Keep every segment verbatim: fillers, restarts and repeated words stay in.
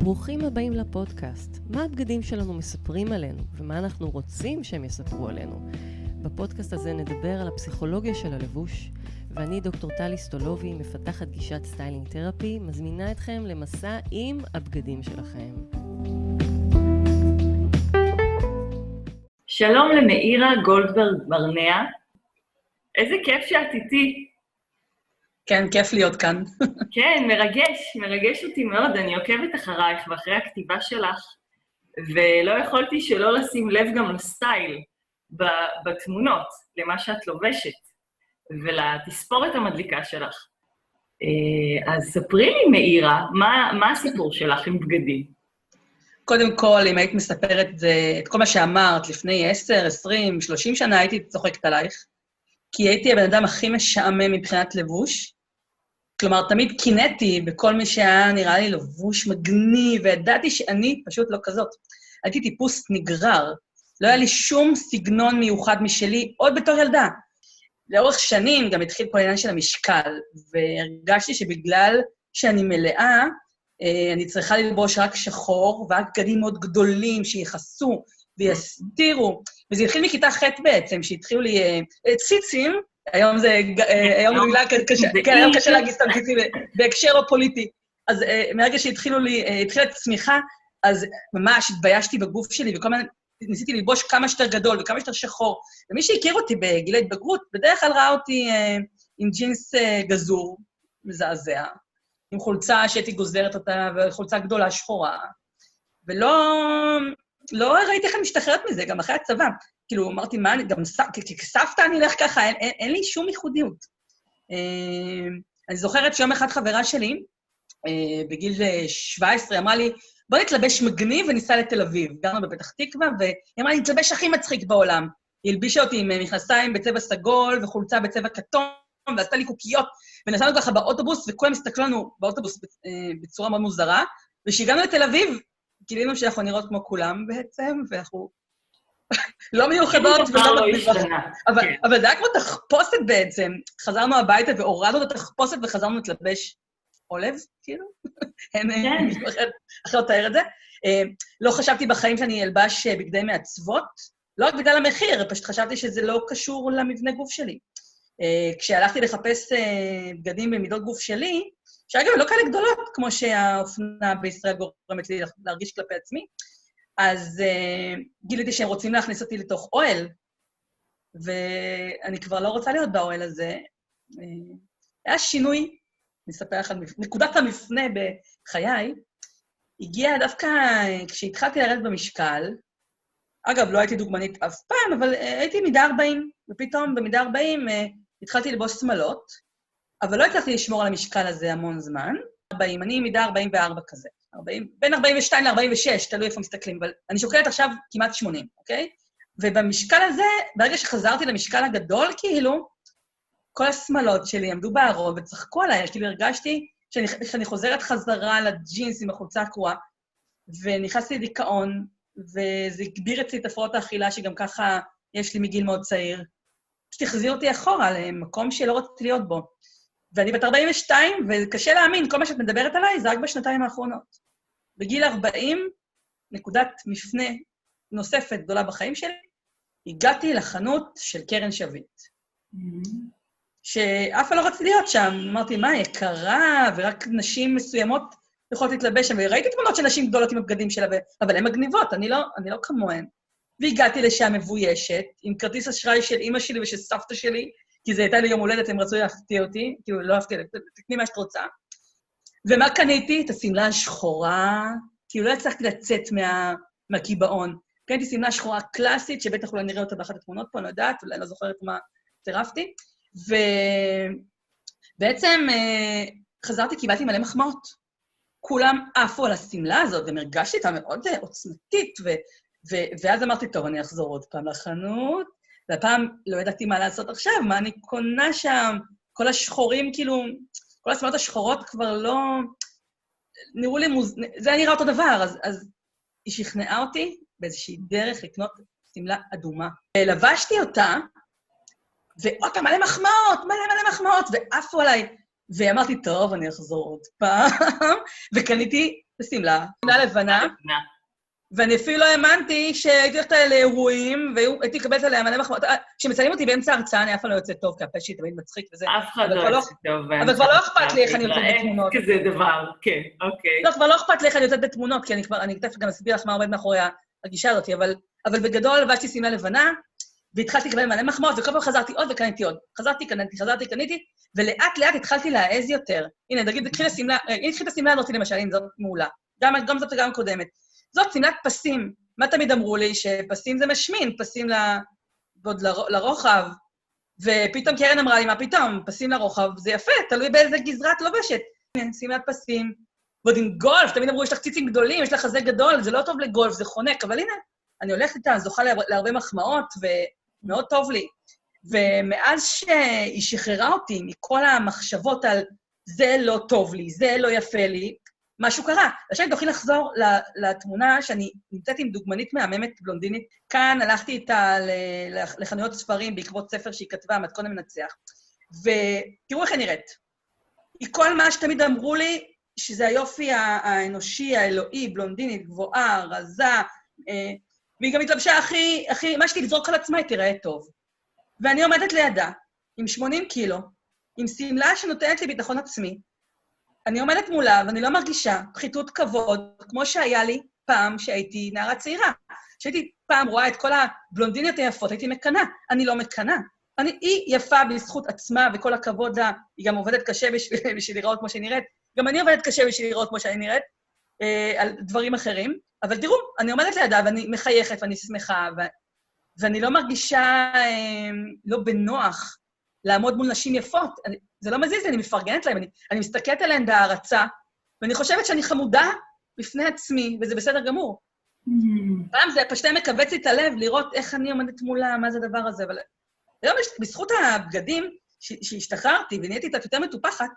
ברוכים הבאים לפודקאסט. מה הבגדים שלנו מספרים עלינו, ומה אנחנו רוצים שהם יספרו עלינו. בפודקאסט הזה נדבר על הפסיכולוגיה של הלבוש, ואני דוקטור טלי סטולובי, מפתחת גישת סטיילינג תרפי, מזמינה אתכם למסע עם הבגדים שלכם. שלום למאירה גולדברג ברנע. איזה כיף שאת איתי. כן, כיף להיות כאן. כן, מרגש, מרגש אותי מאוד. אני עוקבת אחרייך ואחרי הכתיבה שלך, ולא יכולתי שלא לשים לב גם לסטייל בתמונות, למה שאת לובשת, ולתספורת המדליקה שלך. אז ספרי לי, מאירה, מה, מה הסיפור שלך עם בגדים? קודם כל, אם היית מספרת את, זה, את כל מה שאמרת לפני עשר, עשרים, שלושים שנה, הייתי צוחקת עלייך, כי הייתי הבן אדם הכי משעמם מבחינת לבוש. כלומר, תמיד קינאתי בכל מי שהיה נראה לי לבוש מגניב, וידעתי שאני פשוט לא כזאת. הייתי טיפוס נגרר, לא היה לי שום סגנון מיוחד משלי, עוד בתור ילדה. לאורך שנים גם התחיל כל העניין של המשקל, והרגשתי שבגלל שאני מלאה, אני צריכה ללבוש רק שחור, ורק בגדים מאוד גדולים שיחסו ויסתירו. וזה התחיל מכיתה ח' בעצם, שהתחילו לי ציצים, היום זה, היום זה בגלל קשה, כן, היום קשה להגיד סתם ציצים בהקשר לא פוליטי. אז מהרגע שהתחילו לי, התחילה צמיחה, אז ממש התביישתי בגוף שלי, וכל הזמן ניסיתי ללבוש כמה שיותר גדול וכמה שיותר שחור. ומי שהכיר אותי בגיל ההתבגרות, בדרך כלל ראה אותי עם ג'ינס גזור, מזעזע, עם חולצה שהייתי גוזרת אותה, וחולצה גדולה שחורה. ולא לא ראיתי איך אני משתחררת מזה, גם אחרי הצבא. כאילו, אמרתי, מה, גם כסבתא אני אלך ככה, אין, אין, אין לי שום ייחודיות. אני זוכרת שיום אחד חברה שלי, בגיל שבע עשרה, אמרה לי, בוא נתלבש מגניב וניסע לתל אביב. גרנו בפתח תקווה, והיא אמרה לי, נתלבש הכי מצחיק בעולם. היא הלבישה אותי עם מכנסיים בצבע סגול, וחולצה בצבע כתום, ועשתה לי קוקיות, ונסענו ככה באוטובוס, וכולם הסתכלו לנו באוטובוס בצורה מאוד מוזרה, וכשהגענו לתל אביב, גילינו שאנחנו נראות כמו כולם בעצם, ואנחנו לא מיוחדות ולא מגניבות. אבל זה היה כמו תחפושת בעצם. חזרנו הביתה והורדנו את התחפושת וחזרנו להתלבש עולב, כאילו. אין מישהו אחר לתאר את זה. לא חשבתי בחיים שאני אלבש בגדי מעצבות, לא רק בגלל המחיר, פשוט חשבתי שזה לא קשור למבנה גוף שלי. כשהלכתי לחפש בגדים במידות גוף שלי, שאגב, לא כאלה גדולות, כמו שהאופנה בישראל גורמת לי להרגיש כלפי עצמי, אז uh, גיליתי שהם רוצים להכניס אותי לתוך אוהל, ואני כבר לא רוצה להיות באוהל הזה. Uh, היה שינוי, נספר לך על נקודת המפנה בחיי, הגיע דווקא כשהתחלתי לרדת במשקל, אגב, לא הייתי דוגמנית אף פעם, אבל uh, הייתי מידה ארבעים, ופתאום במידה ארבעים uh, התחלתי לבוש שמלות, אבל לא הצלחתי לשמור על המשקל הזה המון זמן. ארבעים, אני מידה ארבעים וארבע כזה. ארבעים, בין ארבעים ושתיים ל-ארבעים ושש, תלוי איפה מסתכלים, אבל אני שוקלת עכשיו כמעט שמונים, אוקיי? ובמשקל הזה, ברגע שחזרתי למשקל הגדול, כאילו, כל השמלות שלי עמדו בארון וצחקו עליי, כאילו הרגשתי שאני, שאני חוזרת חזרה לג'ינס עם החולצה הקרועה, ונכנסתי לדיכאון, וזה הגביר אצלי את הפרעות האכילה, שגם ככה יש לי מגיל מאוד צעיר. פשוט החזיר אותי אחורה למקום שלא רציתי להיות בו. ואני בת ארבעים ושתיים, וקשה להאמין, כל מה שאת מדברת עליי זה רק בשנתיים האחרונות. בגיל ארבעים, נקודת מפנה נוספת גדולה בחיים שלי, הגעתי לחנות של קרן שביט. Mm-hmm. שאף פעם לא רציתי להיות שם. אמרתי, מה, יקרה, ורק נשים מסוימות יכולות להתלבש שם, וראיתי תמונות של נשים גדולות עם הבגדים שלה, אבל הן מגניבות, אני לא, אני לא כמוהן. והגעתי לשם מבוישת, עם כרטיס אשראי של אמא שלי ושל סבתא שלי, כי זה הייתה לי יום הולדת, הם רצו להפתיע אותי, כאילו, לא להפתיע, תקני מה שאת רוצה. ומה קניתי? את הסמלה השחורה, כאילו, לא הצלחתי לצאת מה, מהקיבעון. קניתי סמלה שחורה קלאסית, שבטח אולי נראה אותה באחת התמונות פה, אני לא יודעת, אולי לא זוכרת מה צירפתי. ובעצם חזרתי, קיבלתי מלא מחמאות. כולם עפו על הסמלה הזאת, והם הרגשתי אותה מאוד עוצמתית, ו, ו, ואז אמרתי, טוב, אני אחזור עוד פעם לחנות, והפעם לא ידעתי מה לעשות עכשיו, מה אני קונה שם, כל השחורים, כאילו, כל הסמלות השחורות כבר לא... נראו לי מוז... זה היה נראה אותו דבר, אז, אז היא שכנעה אותי באיזושהי דרך לקנות סמלה אדומה. לבשתי אותה, ועוד פעם מלא מחמאות, מלא מלא מחמאות, ועפו עליי. ואמרתי, טוב, אני אחזור עוד פעם, וקניתי בשמלה, שמלה לבנה, ואני אפילו לא האמנתי שהייתי הולכת לאירועים, והייתי מקבלת עליה מלא מחמאות. כשמצלמים אותי באמצע ההרצאה, אני אף פעם לא יוצא טוב, כי הפה שלי תמיד מצחיק וזה. אף אחד לא יוצא טוב. אבל כבר לא אכפת לי איך אני יוצאת בתמונות. כזה דבר, כן, אוקיי. לא, כבר לא אכפת לי איך אני יוצאת בתמונות, כי אני כבר, אני תכף גם אסביר לך מה עומד מאחורי הגישה הזאת, אבל בגדול לבשתי שמלה לבנה, והתחלתי לקבל מלא מחמאות, וכל פעם חזרתי עוד וקניתי עוד. חזרתי, קניתי, חזרתי, קניתי, ולאט לאט התחלתי להעז יותר. הנה, נגיד, קחי לשמלה, הנה, קחי את השמלה הזאת למשל, אם זאת מעולה. גם, גם זאת וגם קודמת. זאת שמלת פסים. מה תמיד אמרו לי? שפסים זה משמין, פסים ועוד לרוחב. ופתאום קרן אמרה לי, מה פתאום? פסים לרוחב, זה יפה, תלוי באיזה גזרה את לובשת. שמלת פסים. ועוד עם גולף, תמיד אמרו, יש לך ציצים גדולים, יש לך חזה גדול, זה לא טוב לגולף, זה חונק, אבל הנה, אני הולכת איתה, זוכה להרבה מחמאות, ומאוד טוב לי. ומאז שהיא שחררה אותי מכל המחשבות על זה לא טוב לי, זה לא יפה לי, משהו קרה. עכשיו תוכלי לחזור לתמונה שאני נמצאת עם דוגמנית מהממת בלונדינית. כאן הלכתי איתה לחנויות ספרים בעקבות ספר שהיא כתבה, מתכון המנצח. ותראו איך היא נראית. היא כל מה שתמיד אמרו לי, שזה היופי האנושי, האלוהי, בלונדינית, גבוהה, רזה, והיא גם התלבשה הכי, הכי, מה שתהיה לזרוק על עצמה, היא תראה טוב. ואני עומדת לידה, עם שמונים קילו, עם סמלה שנותנת לי ביטחון עצמי. אני עומדת מולה, ואני לא מרגישה פחיתות כבוד, כמו שהיה לי פעם שהייתי נערה צעירה. שהייתי פעם רואה את כל הבלונדיניות היפות, הייתי מקנה. אני לא מקנה. אני, היא יפה בזכות עצמה, וכל הכבוד לה, היא גם עובדת קשה בשביל, בשביל לראות כמו שהיא נראית. גם אני עובדת קשה בשביל לראות כמו שאני נראית, אה, על דברים אחרים. אבל תראו, אני עומדת לידה, ואני מחייכת, ואני שמחה, ו... ואני לא מרגישה, אה, לא בנוח, לעמוד מול נשים יפות. אני, זה לא מזיז לי, אני מפרגנת להם, אני, אני מסתכלת עליהן בהערצה, ואני חושבת שאני חמודה בפני עצמי, וזה בסדר גמור. Mm. פעם זה פשוט מקבץ לי את הלב, לראות איך אני עומדת מולה, מה זה הדבר הזה, אבל... היום, בזכות הבגדים שהשתחררתי ונהייתי קצת יותר מטופחת,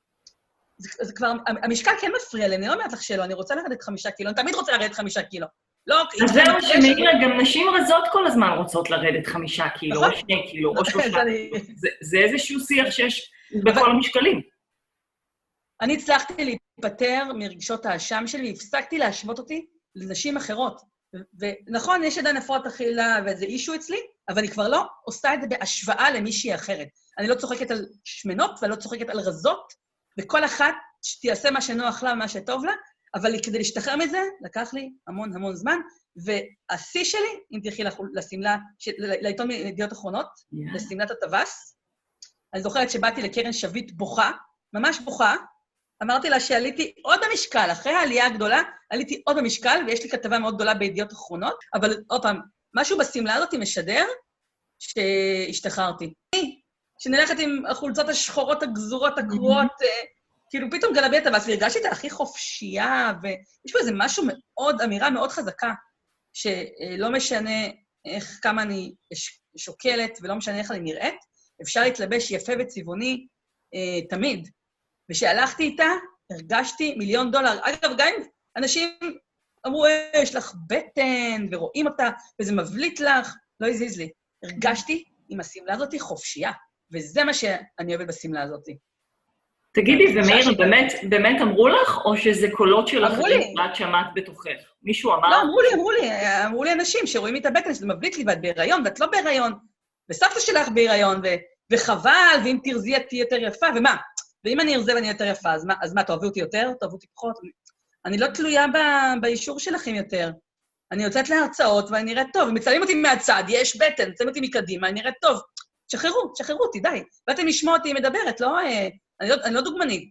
זה, זה כבר, המשקל כן מפריע לי, אני לא אומרת לך שלא, אני רוצה לרדת חמישה קילו, אני תמיד רוצה לרדת חמישה קילו. לא, אז זהו שמאירה, גם נשים רזות כל הזמן רוצות לרדת חמישה קילו, או שני קילו, או שלושה קילו. זה איזשהו שיח שיש בכל המשקלים. אני הצלחתי להיפטר מרגשות האשם שלי, והפסקתי להשוות אותי לנשים אחרות. ונכון, יש עדיין הפרעות אכילה וזה אישו אצלי, אבל אני כבר לא עושה את זה בהשוואה למישהי אחרת. אני לא צוחקת על שמנות ואני לא צוחקת על רזות, וכל אחת שתעשה מה שנוח לה ומה שטוב לה, אבל כדי להשתחרר מזה, לקח לי המון המון זמן, והשיא שלי, אם תלכי לסמלה, לעיתון ידיעות אחרונות, yeah. לסמלת הטווס, אני זוכרת שבאתי לקרן שביט בוכה, ממש בוכה, אמרתי לה שעליתי עוד במשקל, אחרי העלייה הגדולה, עליתי עוד במשקל, ויש לי כתבה מאוד גדולה בידיעות אחרונות, אבל עוד פעם, משהו בסמלה הזאת משדר שהשתחררתי. שנלכת עם החולצות השחורות הגזורות, הקרועות, כאילו פתאום גלבי הטווס, והרגשתי את הכי חופשייה, ויש פה איזה משהו מאוד, אמירה מאוד חזקה, שלא משנה איך, כמה אני שוקלת, ולא משנה איך אני נראית, אפשר להתלבש יפה וצבעוני אה, תמיד. ושהלכתי איתה, הרגשתי מיליון דולר. אגב, גם אם אנשים אמרו, יש לך בטן, ורואים אותה, וזה מבליט לך, לא הזיז לי. הרגשתי עם השמלה הזאת חופשייה, וזה מה שאני אוהבת בשמלה הזאת. תגידי, ומאיר, באמת, באמת אמרו לך, או שזה קולות של אחרים ואת שמעת בתוכך? מישהו אמר? לא, אמרו לי, אמרו לי, אמרו לי אנשים שרואים את הבטן, שזה מבליט לי, ואת בהיריון, ואת לא בהיריון, וסבתא שלך בהיריון, ו- וחבל, ואם תרזי את תהיה יותר יפה, ומה? ואם אני ארזה ואני יותר יפה, אז מה, אז מה, תאהבו אותי יותר? תאהבו אותי פחות? אני לא תלויה ב- באישור שלכם יותר. אני יוצאת להרצאות ואני נראית טוב, ומצלמים אותי מהצד, יש בטן, מצלמים אותי מקדימה, אני נראית טוב. שחררו, שחררו אותי, די. ואתם לשמוע אותי מדברת, לא... אני לא, אני לא דוגמנית.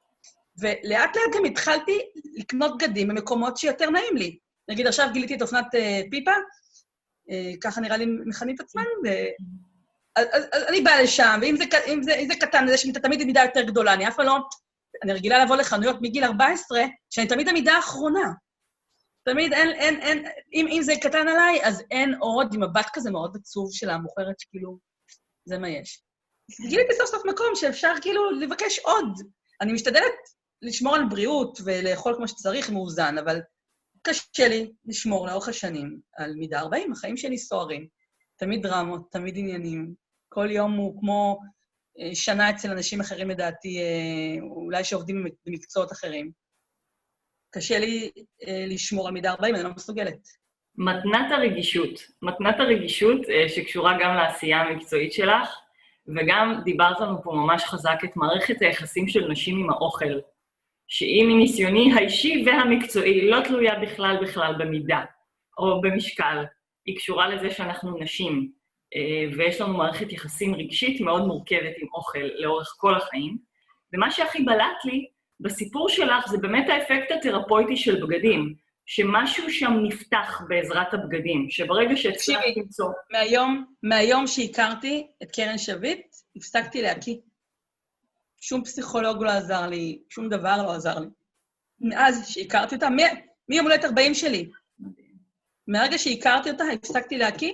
ולאט לאט גם התחלתי לקנות בגדים במקומות שיותר נעים לי. נגיד, עכשיו גיליתי את אופנת אה, פיפה, אה, ככה נראה לי מכנים את עצמם, ו... אז, אז, אז אני באה לשם, ואם זה, אם זה, אם זה קטן, זה שאני תמיד במידה יותר גדולה, אני אף פעם לא... אני רגילה לבוא לחנויות מגיל ארבע עשרה, שאני תמיד המידה האחרונה. תמיד אין, אין, אין, אם, אם זה קטן עליי, אז אין עוד, עם מבט כזה מאוד עצוב של המוכרת, שכאילו, זה מה יש. גיליתי סוף סוף מקום שאפשר כאילו לבקש עוד. אני משתדלת לשמור על בריאות ולאכול כמו שצריך מאוזן, אבל קשה לי לשמור לאורך השנים על מידה ארבעים, החיים שלי סוערים. תמיד דרמות, תמיד עניינים. כל יום הוא כמו שנה אצל אנשים אחרים לדעתי, אולי שעובדים במקצועות אחרים. קשה לי אה, לשמור על מידה ארבעים, אני לא מסוגלת. מתנת הרגישות. מתנת הרגישות אה, שקשורה גם לעשייה המקצועית שלך, וגם דיברת לנו פה ממש חזק את מערכת היחסים של נשים עם האוכל, שהיא מניסיוני האישי והמקצועי, לא תלויה בכלל בכלל במידה או במשקל. היא קשורה לזה שאנחנו נשים, ויש לנו מערכת יחסים רגשית מאוד מורכבת עם אוכל לאורך כל החיים. ומה שהכי בלט לי בסיפור שלך זה באמת האפקט התרפויטי של בגדים, שמשהו שם נפתח בעזרת הבגדים, שברגע שהצלחת למצוא... מהיום, מהיום שהכרתי את קרן שביט, הפסקתי להקיא. שום פסיכולוג לא עזר לי, שום דבר לא עזר לי. מאז שהכרתי אותה, מיום הולדת ארבעים שלי. מהרגע שהכרתי אותה, הפסקתי להקיא,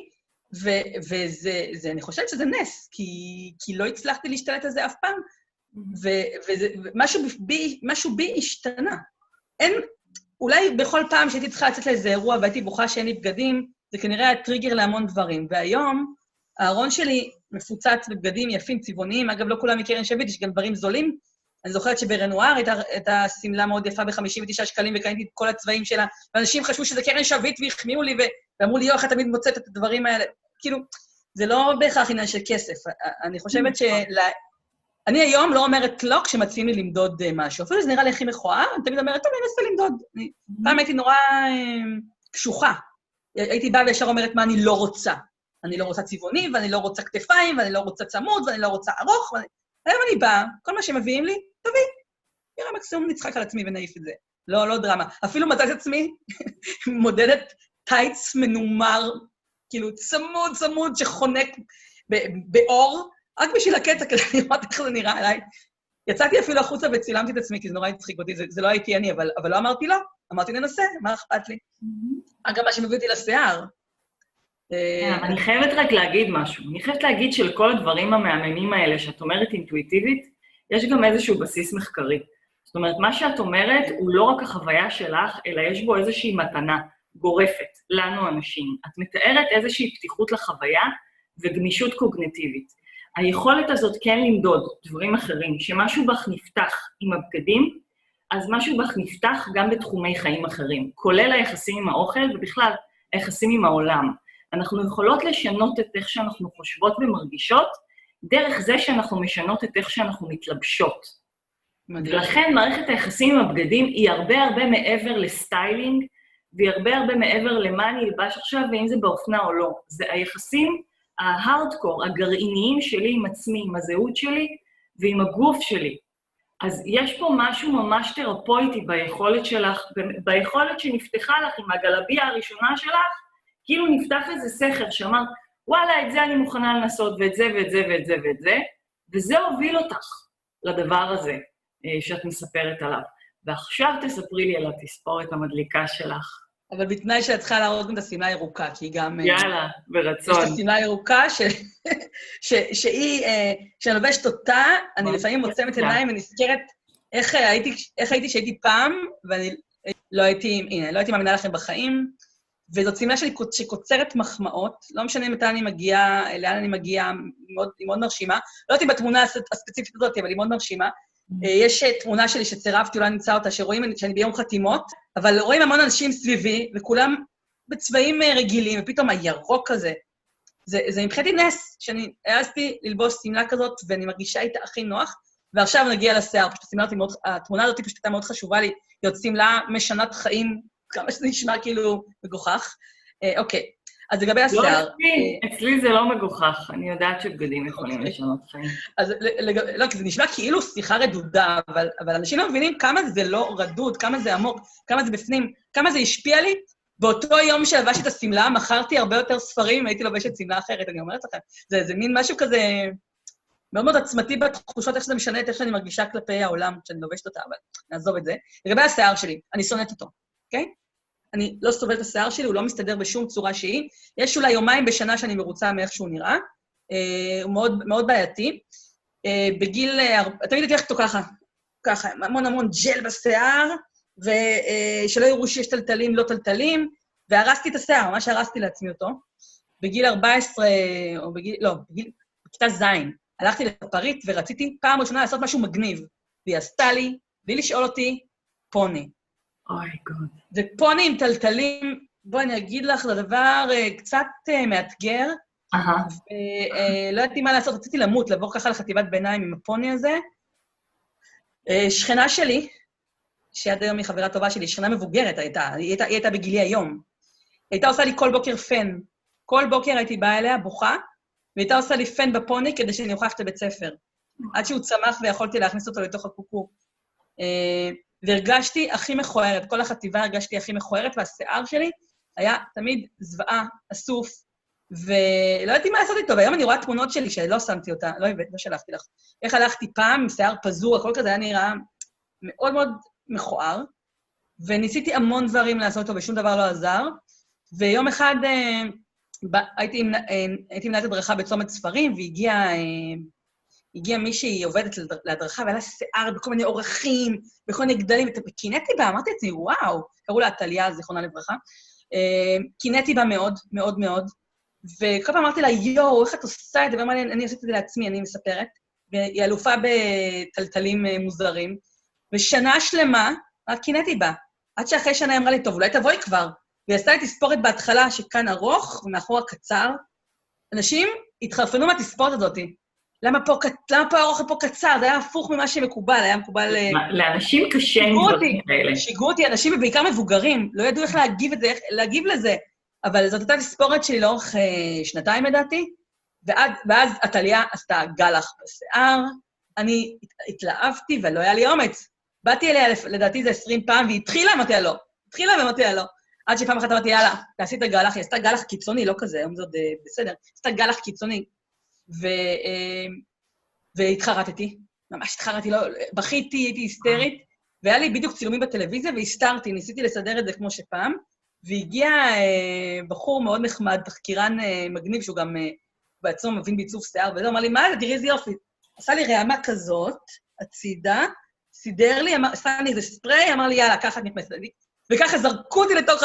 וזה, זה, אני חושבת שזה נס, כי, כי לא הצלחתי להשתלט על זה אף פעם, ומשהו בי, משהו בי השתנה. אין, אולי בכל פעם שהייתי צריכה לצאת לאיזה אירוע והייתי בוכה שאין לי בגדים, זה כנראה היה טריגר להמון דברים. והיום, הארון שלי מפוצץ בבגדים יפים, צבעוניים, אגב, לא כולם מקרן שביט, יש גם דברים זולים. אני זוכרת שברנואר הייתה סמלה מאוד יפה ב-חמישים ותשעה שקלים, וקניתי את כל הצבעים שלה, ואנשים חשבו שזה קרן שביט והחמיאו לי, ואמרו לי, יו, איך תמיד מוצאת את הדברים האלה. כאילו, זה לא בהכרח עניין של כסף. אני חושבת של... אני היום לא אומרת לא כשמציעים לי למדוד משהו. אפילו זה נראה לי הכי מכוער, אני תמיד אומרת, טוב, אני אנסה למדוד. פעם הייתי נורא קשוחה. הייתי באה וישר אומרת מה אני לא רוצה. אני לא רוצה צבעוני, ואני לא רוצה כתפיים, ואני לא רוצה צמוד, ואני לא רוצה ארוך. היום אני באה, כל מה שמביאים לי, תביא. יראה מקסימום נצחק על עצמי ונעיף את זה. לא, לא דרמה. אפילו מצאת עצמי מודדת טייץ מנומר, כאילו צמוד צמוד שחונק באור, רק בשביל הקטע כדי לראות איך זה נראה עליי. יצאתי אפילו החוצה וצילמתי את עצמי, כי זה נורא הצחיק אותי, זה, זה לא הייתי אני, אבל, אבל לא אמרתי לא. אמרתי ננסה, מה אכפת לי? אגב, מה שמביא אותי לשיער. אני חייבת רק להגיד משהו. אני חייבת להגיד שלכל הדברים המאמנים האלה, שאת אומרת אינטואיטיבית, יש גם איזשהו בסיס מחקרי. זאת אומרת, מה שאת אומרת הוא לא רק החוויה שלך, אלא יש בו איזושהי מתנה גורפת לנו אנשים. את מתארת איזושהי פתיחות לחוויה וגמישות קוגניטיבית. היכולת הזאת כן למדוד דברים אחרים, שמשהו בך נפתח עם הבגדים, אז משהו בך נפתח גם בתחומי חיים אחרים, כולל היחסים עם האוכל ובכלל היחסים עם העולם. אנחנו יכולות לשנות את איך שאנחנו חושבות ומרגישות, דרך זה שאנחנו משנות את איך שאנחנו מתלבשות. מדהים. ולכן מערכת היחסים עם הבגדים היא הרבה הרבה מעבר לסטיילינג, והיא הרבה הרבה מעבר למה אני אלבש עכשיו, ואם זה באופנה או לא. זה היחסים ההארדקור, הגרעיניים שלי עם עצמי, עם הזהות שלי ועם הגוף שלי. אז יש פה משהו ממש תרפויטי ביכולת שלך, ביכולת שנפתחה לך עם הגלביה הראשונה שלך, כאילו נפתח איזה סכר שאמר, וואלה, את זה אני מוכנה לנסות, ואת זה ואת זה ואת זה ואת זה, וזה הוביל אותך לדבר הזה שאת מספרת עליו. ועכשיו תספרי לי על התספורת המדליקה שלך. אבל בתנאי שאת צריכה להראות גם את הסמלה הירוקה, כי היא גם... יאללה, ברצון. יש את הסמלה הירוקה, ש... ש... שהיא, כשאני לובשת אותה, אני לפעמים מוצמת עיניים ונזכרת איך הייתי, איך הייתי שהייתי פעם, ואני לא הייתי, הנה, לא הייתי מאמינה לכם בחיים, וזאת סמלה שלי שקוצרת מחמאות, לא משנה מתי אני מגיעה, לאן אני מגיעה, היא מאוד מרשימה. לא הייתי בתמונה הספציפית הזאת, אבל היא מאוד מרשימה. יש תמונה שלי שצירפתי, אולי נמצא אותה, שרואים שאני ביום חתימות, אבל רואים המון אנשים סביבי, וכולם בצבעים רגילים, ופתאום הירוק הזה. זה, זה מבחינתי נס, שאני העזתי ללבוש סמלה כזאת, ואני מרגישה איתה הכי נוח, ועכשיו נגיע לשיער, פשוט הסמלה, התמונה הזאת פשוט הייתה מאוד חשובה לי, להיות סמלה משנת חיים, כמה שזה נשמע כאילו מגוחך. אוקיי, אז לגבי השיער... לא, אצלי זה לא מגוחך, אני יודעת שבגדים יכולים לשנות חיים. אז לא, כי זה נשמע כאילו שיחה רדודה, אבל אנשים לא מבינים כמה זה לא רדוד, כמה זה עמוק, כמה זה בפנים, כמה זה השפיע לי. באותו יום שלבשתי את הסמלה, מכרתי הרבה יותר ספרים, הייתי לובשת סמלה אחרת, אני אומרת לכם. זה מין משהו כזה מאוד מאוד עצמתי בתחושות, איך שזה משנה את איך שאני מרגישה כלפי העולם כשאני לובשת אותה, אבל נעזוב את זה. לגבי השיער שלי, אני שונאת אותו, אוקיי? אני לא סובלת את השיער שלי, הוא לא מסתדר בשום צורה שהיא. יש אולי יומיים בשנה שאני מרוצה מאיך שהוא נראה. הוא מאוד, מאוד בעייתי. בגיל... תמיד הייתי הולכת אותו ככה, ככה, המון המון ג'ל בשיער, ושלא יראו שיש טלטלים, לא טלטלים, והרסתי את השיער, ממש הרסתי לעצמי אותו. בגיל ארבע עשרה, או בגיל... לא, בגיל... בכיתה זין, הלכתי לפריט ורציתי פעם ראשונה לעשות משהו מגניב, והיא עשתה לי, בלי לשאול אותי, פוני. אוי גוד. זה פוני עם טלטלים, בואי אני אגיד לך, זה דבר קצת מאתגר, ולא ידעתי מה לעשות, רציתי למות, לעבור ככה לחטיבת ביניים עם הפוני הזה. שכנה שלי, שעד היום היא חברה טובה שלי, שכנה מבוגרת הייתה, היא הייתה, היא הייתה בגילי היום. היא הייתה עושה לי כל בוקר פן. כל בוקר הייתי באה אליה, בוכה, והייתה עושה לי פן בפוני כדי שאני אוכל ללכת לבית ספר. עד שהוא צמח ויכולתי להכניס אותו לתוך הקוקו. והרגשתי הכי מכוערת, כל החטיבה הרגשתי הכי מכוערת, והשיער שלי היה תמיד זוועה, אסוף, ולא ידעתי מה לעשות איתו, והיום אני רואה תמונות שלי שלא שמתי אותה, לא הבאת, לא שלחתי לך. איך הלכתי פעם עם שיער פזור, הכל כזה היה נראה מאוד מאוד מכוער, וניסיתי המון דברים לעשות אותו, ושום דבר לא עזר, ויום אחד אה, הייתי, אה, הייתי מנהלת הדרכה בצומת ספרים, והגיעה הגיע מישהי עובדת להדרכה, והיה לה שיער בכל מיני אורחים, בכל מיני גדלים, וקינאתי בה, אמרתי לעצמי, וואו, קראו לה עתליה, זיכרונה לברכה, קינאתי בה מאוד, מאוד מאוד, וכל פעם אמרתי לה, יואו, איך את עושה את זה? ואמרה לי, אני עשיתי את זה לעצמי, אני מספרת, והיא אלופה בטלטלים מוזרים, ושנה שלמה, רק קינאתי בה, עד שאחרי שנה אמרה לי, טוב, אולי תבואי כבר, והיא עשתה לי תספורת בהתחלה, שכאן ארוך, ומאחורה קצר, אנשים התחרפנו מהתספורת הזאת. למה פה, למה פה ארוך ופה קצר? זה היה הפוך ממה שמקובל, היה מקובל... לאנשים קשה עם דברים כאלה. שיגעו אותי, אנשים ובעיקר מבוגרים, לא ידעו איך להגיב את זה, איך להגיב לזה, אבל זאת הייתה תספורת שלי לאורך אה, שנתיים, לדעתי, ועד, ואז עתליה עשתה גלח בשיער, אני התלהבתי ולא היה לי אומץ. באתי אליה, לדעתי זה עשרים פעם, והיא התחילה, אמרתי לה לא. התחילה ואמרתי לה לא. עד שפעם אחת אמרתי, יאללה, תעשי את הגלח, היא עשתה גלח קיצוני, לא כזה, היום זה עוד בסדר, עשתה גלח קיצוני. ו... והתחרטתי, ממש התחרטתי, לא, בכיתי, הייתי היסטרית, והיה לי בדיוק צילומים בטלוויזיה, והסתרתי, ניסיתי לסדר את זה כמו שפעם, והגיע אה, בחור מאוד נחמד, תחקירן אה, מגניב, שהוא גם אה, בעצמו מבין בעיצוב שיער, וזה אמר לי, מה זה, תראי איזה יופי. עשה לי רעמה כזאת, הצידה, סידר לי, אמר, עשה לי איזה ספרי, אמר לי, יאללה, ככה את נכנסת לי, וככה זרקו אותי לתוך, ה...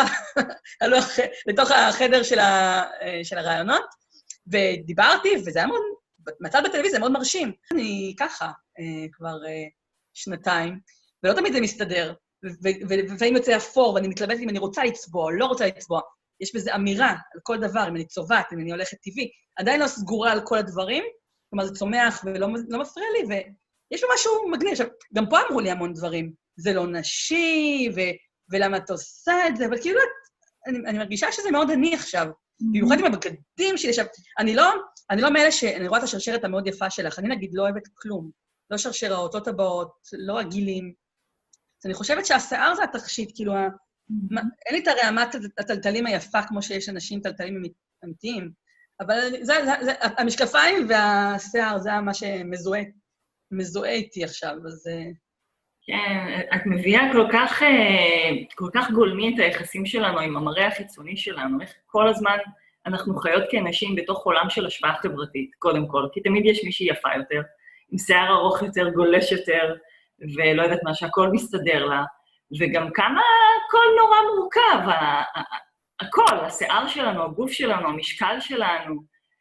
לתוך החדר של, ה... של הרעיונות, ודיברתי, וזה היה מאוד, מצד בטלוויזיה, מאוד מרשים. אני ככה אה, כבר אה, שנתיים, ולא תמיד זה מסתדר, ולפעמים יוצא אפור, ואני מתלבטת אם אני רוצה לצבוע או לא רוצה לצבוע. יש בזה אמירה על כל דבר, אם אני צובעת, אם אני הולכת טבעי. עדיין לא סגורה על כל הדברים, כלומר, זה צומח ולא לא מפריע לי, ויש לו משהו מגניב. עכשיו, גם פה אמרו לי המון דברים. זה לא נשי, ו, ולמה את עושה את זה, אבל כאילו, אני, אני מרגישה שזה מאוד עני עכשיו. במיוחד עם הבגדים שלי. עכשיו, אני לא, אני לא מאלה שאני רואה את השרשרת המאוד יפה שלך. אני נגיד לא אוהבת כלום. לא שרשרות, לא טבעות, לא עגילים. אז אני חושבת שהשיער זה התכשיט, כאילו, אין לי את הרעמת הטלטלים היפה כמו שיש אנשים טלטלים אמיתיים, אבל זה, זה, זה, המשקפיים והשיער זה מה שמזוהה, מזוהה איתי עכשיו, אז... כן, את מביאה כל כך, כל כך גולמי את היחסים שלנו עם המראה החיצוני שלנו, איך כל הזמן אנחנו חיות כאנשים בתוך עולם של השפעה חברתית, קודם כל, כי תמיד יש מישהי יפה יותר, עם שיער ארוך יותר, גולש יותר, ולא יודעת מה, שהכל מסתדר לה, וגם כמה הכל נורא מורכב, הכל, השיער שלנו, הגוף שלנו, המשקל שלנו,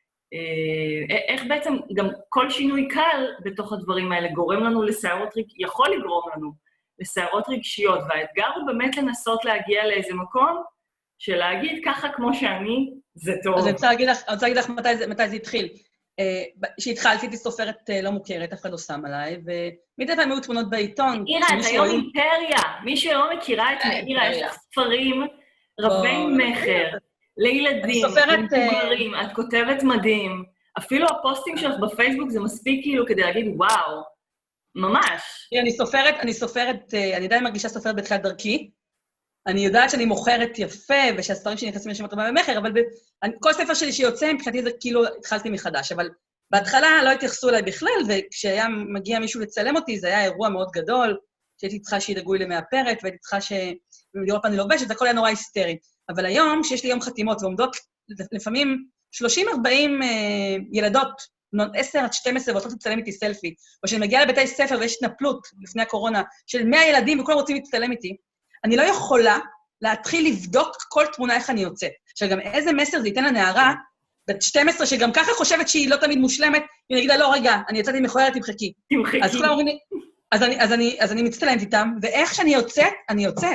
איך בעצם גם כל שינוי קל בתוך הדברים האלה גורם לנו לשיערות, יכול לגרום לנו לשיערות רגשיות, והאתגר הוא באמת לנסות להגיע לאיזה מקום, של להגיד ככה כמו שאני, זה טוב. אז אני רוצה להגיד לך, אני רוצה להגיד לך מתי זה, מתי זה התחיל. כשהתחלתי, הייתי סופרת לא מוכרת, אף אחד לא שם עליי, ומדי פעם היו תמונות בעיתון. מאירה, את היום אימפריה. מי שלא מכירה את מאירה, יש לך ספרים רבי מחר, לילדים, למבוגרים, את כותבת מדהים. אפילו הפוסטים שלך בפייסבוק זה מספיק כאילו כדי להגיד, וואו, ממש. אני סופרת, אני סופרת, אני עדיין מרגישה סופרת בתחילת דרכי, אני יודעת שאני מוכרת יפה, ושהספרים שלי נכנסים לשם רבי מחר, אבל כל ספר שלי שיוצא, מבחינתי זה כאילו התחלתי מחדש, אבל בהתחלה לא התייחסו אליי בכלל, וכשהיה מגיע מישהו לצלם אותי, זה היה אירוע מאוד גדול, שהייתי צריכה שידאגו לי למאפרת, והייתי צריכה שלראות פעם אני לובשת, זה הכל היה נורא היסטרי. אבל היום, כשיש לי יום חתימות, ועומדות לפעמים שלושים ארבעים אה, ילדות, עשר עד שתים עשרה, ואותות לצלם איתי סלפי, או שאני מגיעה לבתי ספר ויש התנפלות לפני הקורונה, של מאה ילדים וכולם רוצים להצטלם איתי, אני לא יכולה להתחיל לבדוק כל תמונה איך אני יוצאת. עכשיו, גם איזה מסר זה ייתן לנערה, בת שתים עשרה, שגם ככה חושבת שהיא לא תמיד מושלמת, היא נגיד לה, לא, רגע, אני יצאתי מכוערת, תמחקי. תמחקי. אז כולם אומרים לי, אז אני, אז אני, אז אני מצטלמת איתם, ואיך שאני יוצאת, אני יוצאת.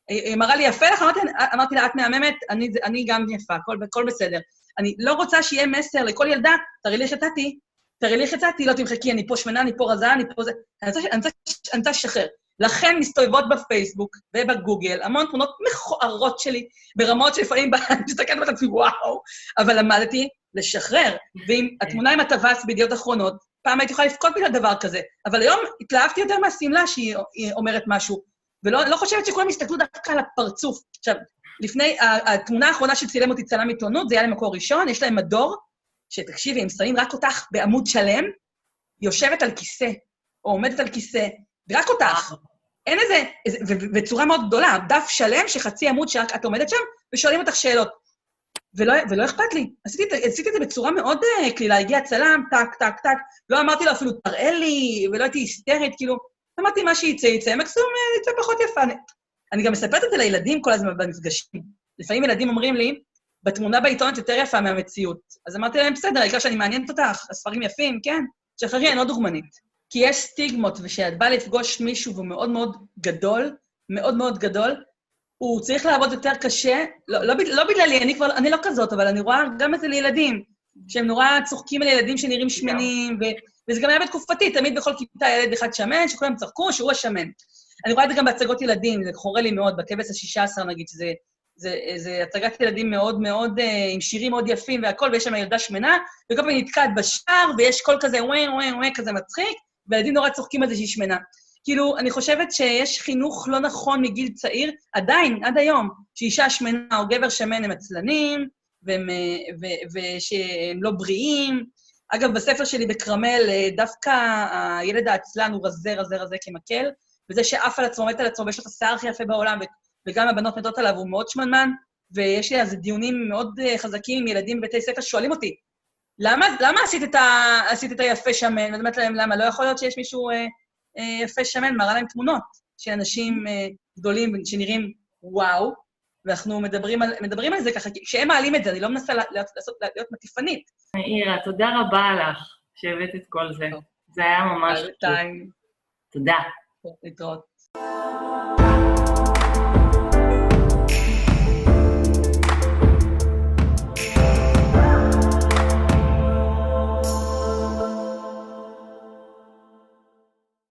היא מראה לי יפה לך, אמרתי, אמרתי לה, את מהממת, אני, אני גם יפה, הכל, הכל בסדר. אני לא רוצה שיהיה מסר לכל ילדה, תראי לי איך יצאתי, תראי לי איך יצאתי, לא תמחקי, אני פה שמנה, אני פה רזה, אני פה זה... אני רוצה, אני רוצה, אני רוצה לשחרר. לכן מסתובבות בפייסבוק ובגוגל, המון תמונות מכוערות שלי, ברמות שלפעמים אני מסתכלת בעצמי, וואו, אבל למדתי לשחרר. ואם התמונה עם הטווס בידיעות אחרונות, פעם הייתי יכולה לפקוד בגלל דבר כזה, אבל היום התלהבתי יותר מהסמלה שהיא אומרת משהו, ולא לא חושבת שכולם יסתכלו דווקא על הפרצוף. עכשיו, לפני, התמונה האחרונה שצילם אותי צלם עיתונות, זה היה למקור ראשון, יש להם מדור, שתקשיבי, הם שמים רק אותך בעמוד שלם, יושבת על כיסא, או עומדת על כיסא, ורק אותך. אין איזה, ובצורה מאוד גדולה, דף שלם שחצי עמוד שרק את עומדת שם, ושואלים אותך שאלות. ולא, ולא אכפת לי. עשיתי, עשיתי את זה בצורה מאוד uh, כלילה, הגיע צלם, טק, טק, טק, לא אמרתי לו אפילו, תראה לי, ולא הייתי היסטרית, כאילו, אמרתי מה שיצא, יצא, מקסום יצא פחות יפה. אני, אני גם מספרת את זה לילדים כל הזמן במפגשים. לפעמים ילדים אומרים לי, בתמונה בעיתונות יותר יפה מהמציאות. אז אמרתי להם, בסדר, העיקר שאני מעניינת אותך, הספרים יפים, כן? שחררי, אין עוד דוגמנית. כי יש סטיגמות, ושאת באה לפגוש מישהו והוא מאוד מאוד גדול, מאוד מאוד גדול, הוא צריך לעבוד יותר קשה, לא, לא, לא בגללי, אני כבר, אני לא כזאת, אבל אני רואה גם את זה לילדים, שהם נורא צוחקים על ילדים שנראים שמנים, ו, וזה גם היה בתקופתי, תמיד בכל כיתה ילד אחד שמן, שכולם צחקו, שהוא השמן. אני רואה את זה גם בהצגות ילדים, זה חורה לי מאוד, בכבש ה-שישה עשר נגיד, שזה זה, זה הצגת ילדים מאוד מאוד, עם שירים מאוד יפים והכל, ויש שם ילדה שמנה, וכל פעם נתקעת בשער, ויש קול כזה וואי וואי וואי כזה מצחיק, וילדים נורא צוחקים על זה שהיא שמנה. כאילו, אני חושבת שיש חינוך לא נכון מגיל צעיר, עדיין, עד היום, שאישה שמנה או גבר שמן הם עצלנים, ושהם לא בריאים. אגב, בספר שלי בקרמל, דווקא הילד העצלן הוא רזה, רזה, רזה כמקל, וזה שאף על עצמו, מת על עצמו, ויש לו את השיער הכי יפה בעולם, וגם הבנות מתות עליו, הוא מאוד שמנמן, ויש לי אז דיונים מאוד חזקים עם ילדים בבתי ספר שואלים אותי, למה, למה עשית את, ה, עשית את היפה שמן? ואני אומרת להם, למה? לא יכול להיות שיש מישהו אה, אה, יפה שמן, מראה להם תמונות של אנשים אה, גדולים שנראים וואו, ואנחנו מדברים על, מדברים על זה ככה, כשהם מעלים את זה, אני לא מנסה להיות, לעשות, להיות מטיפנית. מאירה, תודה רבה לך שהבאת את כל זה. זה היה ממש... תודה. תודה. להתראות.